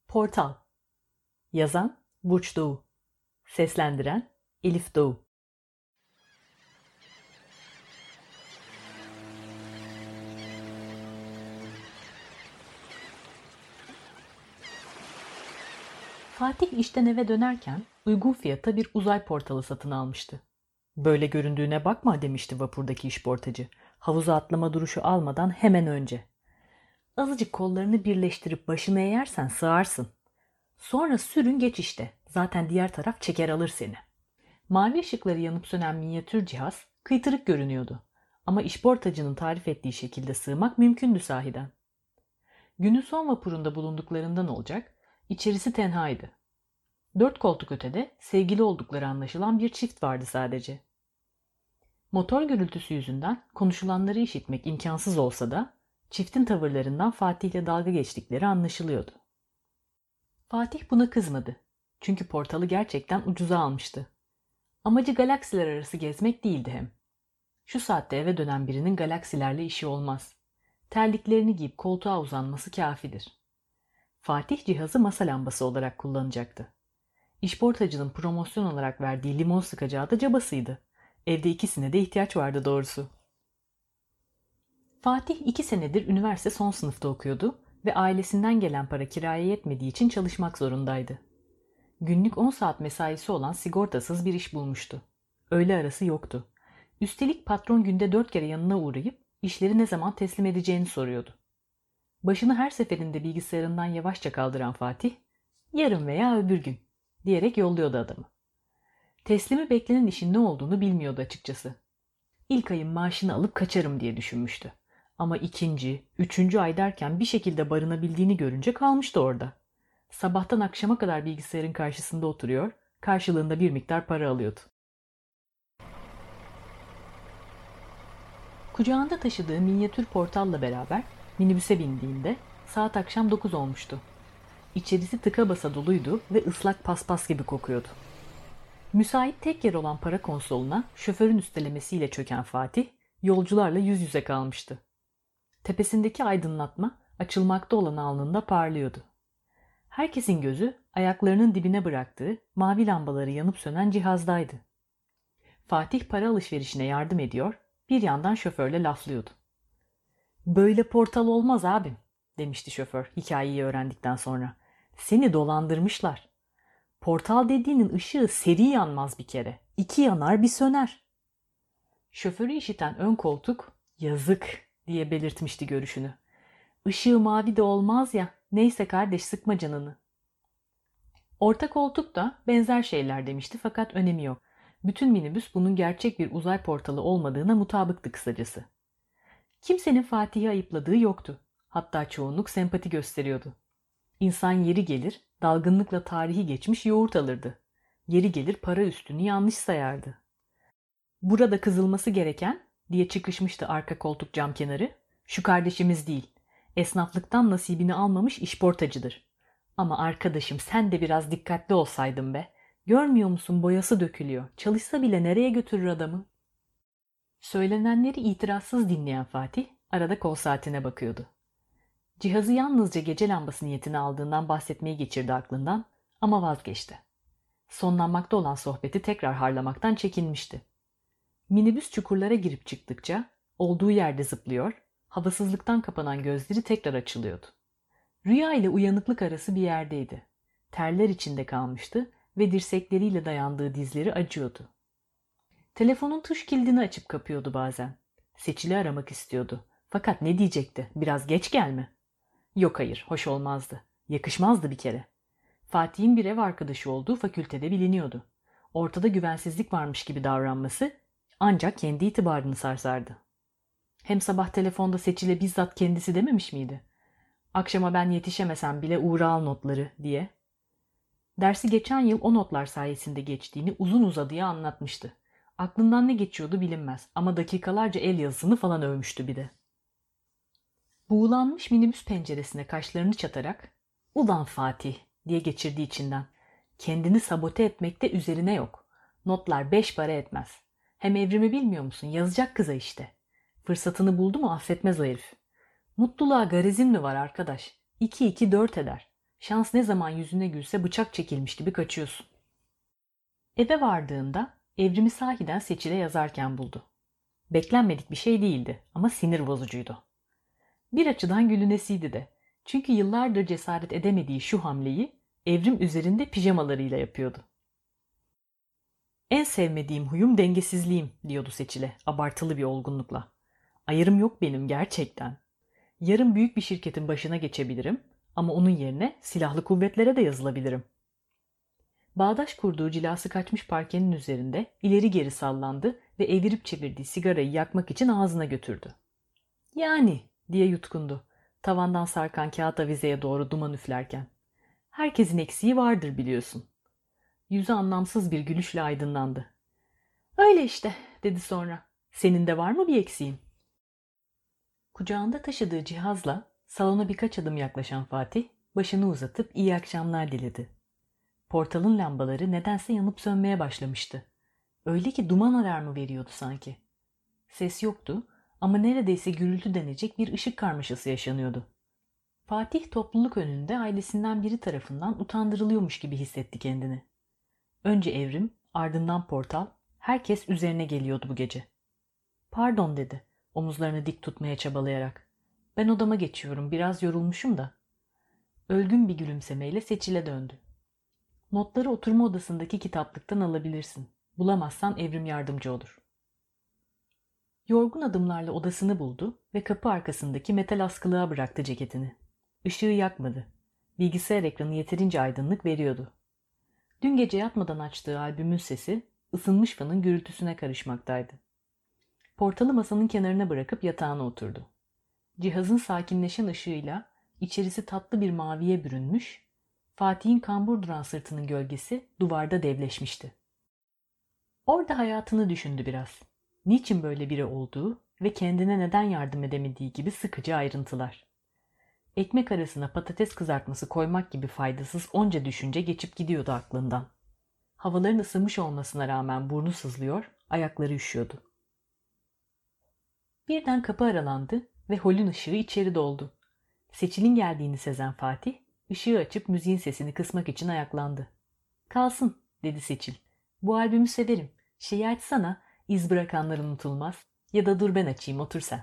Portal. Yazan Burç Doğu. Seslendiren Elif Doğu. Fatih işten eve dönerken uygun fiyata bir uzay portalı satın almıştı. Böyle göründüğüne bakma demişti vapurdaki işportacı. Havuza atlama duruşu almadan hemen önce. Azıcık kollarını birleştirip başını eğersen sığarsın. Sonra sürün geç işte. Zaten diğer taraf çeker alır seni. Mavi ışıkları yanıp sönen minyatür cihaz kıytırık görünüyordu. Ama işportacının tarif ettiği şekilde sığmak mümkündü sahiden. Günün son vapurunda bulunduklarından olacak, içerisi tenhaydı. 4 koltuk ötede sevgili oldukları anlaşılan bir çift vardı sadece. Motor gürültüsü yüzünden konuşulanları işitmek imkansız olsa da çiftin tavırlarından Fatih'le dalga geçtikleri anlaşılıyordu. Fatih buna kızmadı. Çünkü portalı gerçekten ucuza almıştı. Amacı galaksiler arası gezmek değildi hem. Şu saatte eve dönen birinin galaksilerle işi olmaz. Terliklerini giyip koltuğa uzanması kafidir. Fatih cihazı masa lambası olarak kullanacaktı. İşportacının promosyon olarak verdiği limon sıkacağı da cabasıydı. Evde ikisine de ihtiyaç vardı doğrusu. Fatih 2 senedir üniversite son sınıfta okuyordu ve ailesinden gelen para kiraya yetmediği için çalışmak zorundaydı. Günlük 10 saat mesaisi olan sigortasız bir iş bulmuştu. Öğle arası yoktu. Üstelik patron günde 4 kere yanına uğrayıp işleri ne zaman teslim edeceğini soruyordu. Başını her seferinde bilgisayarından yavaşça kaldıran Fatih, yarın veya öbür gün diyerek yolluyordu adamı. Teslimi beklenen işin ne olduğunu bilmiyordu açıkçası. İlk ayın maaşını alıp kaçarım diye düşünmüştü. Ama ikinci, üçüncü ay derken bir şekilde barınabildiğini görünce kalmıştı orada. Sabahtan akşama kadar bilgisayarın karşısında oturuyor, karşılığında bir miktar para alıyordu. Kucağında taşıdığı minyatür portalla beraber minibüse bindiğinde saat akşam 9 olmuştu. İçerisi tıka basa doluydu ve ıslak paspas gibi kokuyordu. Müsait tek yer olan para konsoluna şoförün üstelemesiyle çöken Fatih, yolcularla yüz yüze kalmıştı. Tepesindeki aydınlatma açılmakta olan alnında parlıyordu. Herkesin gözü ayaklarının dibine bıraktığı mavi lambaları yanıp sönen cihazdaydı. Fatih para alışverişine yardım ediyor, bir yandan şoförle laflıyordu. "Böyle portal olmaz abim," demişti şoför hikayeyi öğrendikten sonra. "Seni dolandırmışlar. Portal dediğinin ışığı seri yanmaz bir kere. 2 yanar bir söner." Şoförü işiten ön koltuk "yazık" diye belirtmişti görüşünü. "Işığı mavi de olmaz ya, neyse kardeş sıkma canını." Orta koltuk da benzer şeyler demişti fakat önemi yok. Bütün minibüs bunun gerçek bir uzay portalı olmadığına mutabıktı kısacası. Kimsenin Fatih'i ayıpladığı yoktu. Hatta çoğunluk sempati gösteriyordu. İnsan yeri gelir dalgınlıkla tarihi geçmiş yoğurt alırdı. Yeri gelir para üstünü yanlış sayardı. "Burada kızılması gereken," diye çıkışmıştı arka koltuk cam kenarı, "şu kardeşimiz değil. Esnaflıktan nasibini almamış işportacıdır. Ama arkadaşım sen de biraz dikkatli olsaydın be. Görmüyor musun boyası dökülüyor. Çalışsa bile nereye götürür adamı?" Söylenenleri itirazsız dinleyen Fatih arada kol saatine bakıyordu. Cihazı yalnızca gece lambası niyetine aldığından bahsetmeyi geçirdi aklından ama vazgeçti. Sonlanmakta olan sohbeti tekrar harlamaktan çekinmişti. Minibüs çukurlara girip çıktıkça olduğu yerde zıplıyor, havasızlıktan kapanan gözleri tekrar açılıyordu. Rüya ile uyanıklık arası bir yerdeydi. Terler içinde kalmıştı ve dirsekleriyle dayandığı dizleri acıyordu. Telefonun tuş kilidini açıp kapıyordu bazen. Seçili aramak istiyordu. Fakat ne diyecekti? Biraz geç gelme. Yok hayır, hoş olmazdı. Yakışmazdı bir kere. Fatih'in bir ev arkadaşı olduğu fakültede biliniyordu. Ortada güvensizlik varmış gibi davranması ancak kendi itibarını sarsardı. Hem sabah telefonda Seçil'e bizzat kendisi dememiş miydi? "Akşama ben yetişemesem bile uğra al notları," diye. Dersi geçen yıl o notlar sayesinde geçtiğini uzun uzadıya anlatmıştı. Aklından ne geçiyordu bilinmez ama dakikalarca el yazısını falan övmüştü bir de. Buğulanmış minibüs penceresine kaşlarını çatarak "Ulan Fatih," diye geçirdi içinden. "Kendini sabote etmekte üzerine yok. Notlar 5 para etmez. Hem evrimi bilmiyor musun? Yazacak kıza işte. Fırsatını buldu mu affetmez o herif. Mutluluğa garezin mi var arkadaş? 2 2 4 eder. Şans ne zaman yüzüne gülse bıçak çekilmiş gibi kaçıyorsun. Eve vardığında Evrim'i sahiden Seçil'e yazarken buldu. Beklenmedik bir şey değildi ama sinir bozucuydu. Bir açıdan gülünesiydi de. Çünkü yıllardır cesaret edemediği şu hamleyi Evrim üzerinde pijamalarıyla yapıyordu. En sevmediğim huyum dengesizliğim diyordu Seçil'e abartılı bir olgunlukla. Ayarım yok benim gerçekten. Yarın büyük bir şirketin başına geçebilirim ama onun yerine silahlı kuvvetlere de yazılabilirim. Bağdaş kurduğu cilası kaçmış parkenin üzerinde ileri geri sallandı ve evirip çevirdiği sigarayı yakmak için ağzına götürdü. Yani diye yutkundu, tavandan sarkan kağıt avizeye doğru duman üflerken. Herkesin eksiği vardır biliyorsun. Yüzü anlamsız bir gülüşle aydınlandı. Öyle işte dedi sonra. Senin de var mı bir eksiğin? Kucağında taşıdığı cihazla salona birkaç adım yaklaşan Fatih başını uzatıp iyi akşamlar diledi. Portalın lambaları nedense yanıp sönmeye başlamıştı. Öyle ki duman alarmı veriyordu sanki. Ses yoktu ama neredeyse gürültü denecek bir ışık karmaşası yaşanıyordu. Fatih topluluk önünde ailesinden biri tarafından utandırılıyormuş gibi hissetti kendini. Önce Evrim, ardından Portal, herkes üzerine geliyordu bu gece. Pardon dedi, omuzlarını dik tutmaya çabalayarak. Ben odama geçiyorum, biraz yorulmuşum da. Ölgün bir gülümsemeyle Seçil'e döndü. Notları oturma odasındaki kitaplıktan alabilirsin. Bulamazsan Evrim yardımcı olur. Yorgun adımlarla odasını buldu ve kapı arkasındaki metal askılığa bıraktı ceketini. Işığı yakmadı. Bilgisayar ekranı yeterince aydınlık veriyordu. Dün gece yatmadan açtığı albümün sesi ısınmış fanın gürültüsüne karışmaktaydı. Portalı masanın kenarına bırakıp yatağına oturdu. Cihazın sakinleşen ışığıyla içerisi tatlı bir maviye bürünmüş, Fatih'in kambur duran sırtının gölgesi duvarda devleşmişti. Orada hayatını düşündü biraz. Niçin böyle biri olduğu ve kendine neden yardım edemediği gibi sıkıcı ayrıntılar. Ekmek arasına patates kızartması koymak gibi faydasız onca düşünce geçip gidiyordu aklından. Havaların ısınmış olmasına rağmen burnu sızlıyor, ayakları üşüyordu. Birden kapı aralandı ve holün ışığı içeri doldu. Seçil'in geldiğini sezen Fatih, ışığı açıp müziğin sesini kısmak için ayaklandı. Kalsın, dedi Seçil. Bu albümü severim. Şeyi açsana, iz bırakanlar unutulmaz. Ya da dur ben açayım, otur sen.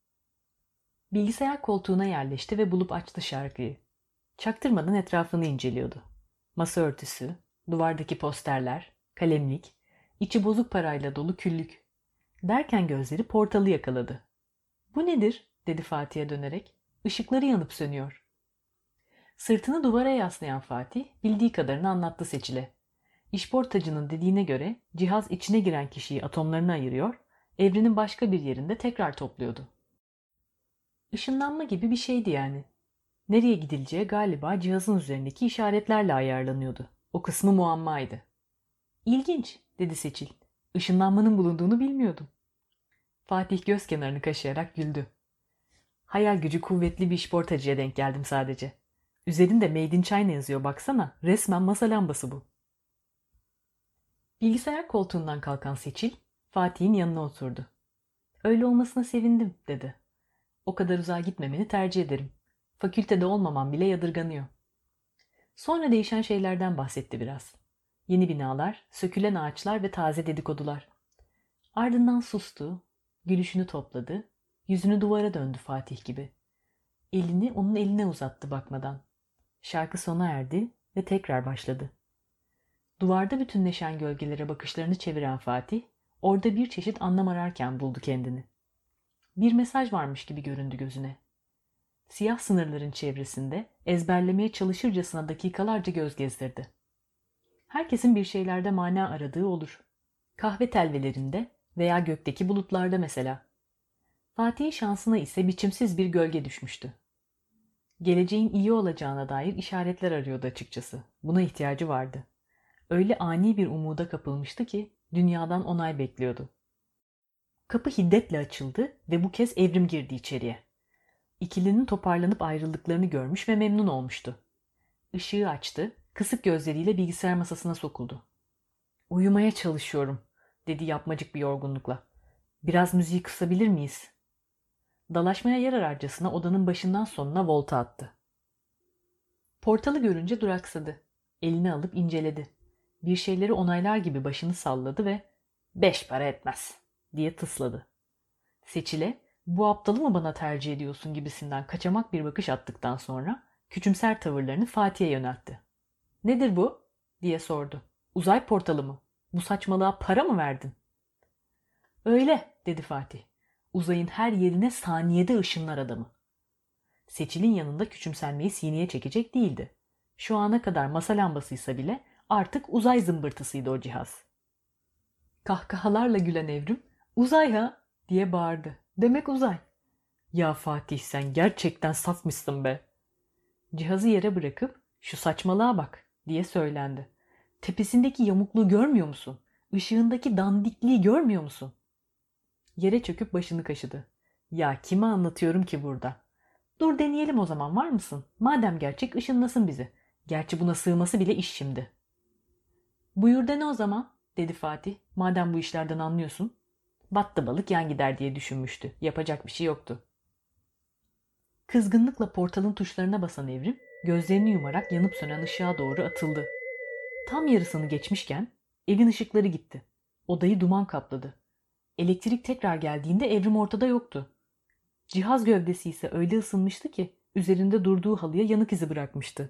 Bilgisayar koltuğuna yerleşti ve bulup açtı şarkıyı. Çaktırmadan etrafını inceliyordu. Masa örtüsü, duvardaki posterler, kalemlik, içi bozuk parayla dolu küllük. Derken gözleri Portal'ı yakaladı. Bu nedir? Dedi Fatih'e dönerek. Işıkları yanıp sönüyor. Sırtını duvara yaslayan Fatih bildiği kadarını anlattı Seçil'e. İşportacının dediğine göre cihaz içine giren kişiyi atomlarına ayırıyor, evrenin başka bir yerinde tekrar topluyordu. Işınlanma gibi bir şeydi yani. Nereye gidileceği galiba cihazın üzerindeki işaretlerle ayarlanıyordu. O kısmı muammaydı. İlginç, dedi Seçil. Işınlanmanın bulunduğunu bilmiyordum. Fatih göz kenarını kaşıyarak güldü. Hayal gücü kuvvetli bir işportacıya denk geldim sadece. Üzerinde Made in China yazıyor baksana. Resmen masa lambası bu. Bilgisayar koltuğundan kalkan Seçil, Fatih'in yanına oturdu. Öyle olmasına sevindim, dedi. O kadar uzağa gitmemeni tercih ederim. Fakültede olmamam bile yadırganıyor. Sonra değişen şeylerden bahsetti biraz. Yeni binalar, sökülen ağaçlar ve taze dedikodular. Ardından sustu, gülüşünü topladı, yüzünü duvara döndü Fatih gibi. Elini onun eline uzattı bakmadan. Şarkı sona erdi ve tekrar başladı. Duvarda bütünleşen gölgelere bakışlarını çeviren Fatih, orada bir çeşit anlam ararken buldu kendini. Bir mesaj varmış gibi göründü gözüne. Siyah sınırların çevresinde ezberlemeye çalışırcasına dakikalarca göz gezdirdi. Herkesin bir şeylerde mana aradığı olur. Kahve telvelerinde veya gökteki bulutlarda mesela. Fatih'in şansına ise biçimsiz bir gölge düşmüştü. Geleceğin iyi olacağına dair işaretler arıyordu açıkçası. Buna ihtiyacı vardı. Öyle ani bir umuda kapılmıştı ki dünyadan onay bekliyordu. Kapı hiddetle açıldı ve bu kez Evrim girdi içeriye. İkilinin toparlanıp ayrıldıklarını görmüş ve memnun olmuştu. Işığı açtı, kısık gözleriyle bilgisayar masasına sokuldu. Uyumaya çalışıyorum, dedi yapmacık bir yorgunlukla. Biraz müziği kısabilir miyiz? Dalaşmaya yer ararcasına odanın başından sonuna volta attı. Portalı görünce duraksadı. Elini alıp inceledi. Bir şeyleri onaylar gibi başını salladı ve "Beş para etmez" diye tısladı. Seçil'e "Bu aptalı mı bana tercih ediyorsun?" gibisinden kaçamak bir bakış attıktan sonra küçümser tavırlarını Fatih'e yöneltti. "Nedir bu?" diye sordu. "Uzay portalı mı? Bu saçmalığa para mı verdin?" "Öyle," dedi Fatih. "Uzayın her yerine saniyede ışınlar adamı." Seçil'in yanında küçümsenmeyi sineye çekecek değildi. Şu ana kadar masa lambasıysa bile artık uzay zımbırtısıydı o cihaz. Kahkahalarla gülen Evrim, "Uzay ha!" diye bağırdı. "Demek uzay." "Ya Fatih, sen gerçekten safmışsın be." Cihazı yere bırakıp "Şu saçmalığa bak" diye söylendi. "Tepesindeki yamukluğu görmüyor musun? Işığındaki dandikliği görmüyor musun?" Yere çöküp başını kaşıdı. "Ya kime anlatıyorum ki burada? Dur deneyelim o zaman, var mısın? Madem gerçek, ışınlasın bizi. Gerçi buna sığması bile iş şimdi." "Buyur dene o zaman," dedi Fatih. "Madem bu işlerden anlıyorsun." Battı balık yan gider diye düşünmüştü. Yapacak bir şey yoktu. Kızgınlıkla portalın tuşlarına basan Evrim, gözlerini yumarak yanıp sönen ışığa doğru atıldı. Tam yarısını geçmişken evin ışıkları gitti. Odayı duman kapladı. Elektrik tekrar geldiğinde Evrim ortada yoktu. Cihaz gövdesi ise öyle ısınmıştı ki üzerinde durduğu halıya yanık izi bırakmıştı.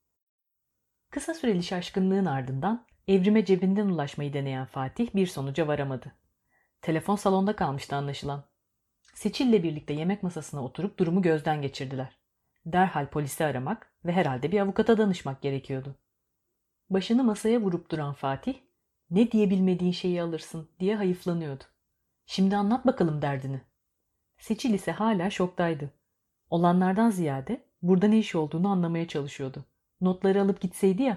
Kısa süreli şaşkınlığın ardından Evrim'e cebinden ulaşmayı deneyen Fatih bir sonuca varamadı. Telefon salonda kalmıştı anlaşılan. Seçil'le birlikte yemek masasına oturup durumu gözden geçirdiler. Derhal polisi aramak ve herhalde bir avukata danışmak gerekiyordu. Başını masaya vurup duran Fatih, "Ne diye bilmediğin şeyi alırsın?" diye hayıflanıyordu. "Şimdi anlat bakalım derdini." Seçil ise hala şoktaydı. Olanlardan ziyade burada ne iş olduğunu anlamaya çalışıyordu. Notları alıp gitseydi ya.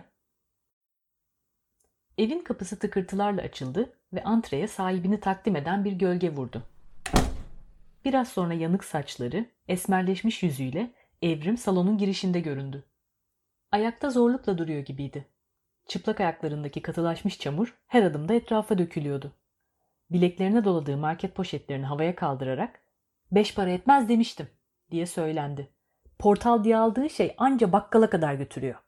Evin kapısı tıkırtılarla açıldı ve antreye sahibini takdim eden bir gölge vurdu. Biraz sonra yanık saçları, esmerleşmiş yüzüyle Evrim salonun girişinde göründü. Ayakta zorlukla duruyor gibiydi. Çıplak ayaklarındaki katılaşmış çamur her adımda etrafa dökülüyordu. Bileklerine doladığı market poşetlerini havaya kaldırarak "Beş para etmez demiştim" diye söylendi. "Portal diye aldığı şey anca bakkala kadar götürüyor."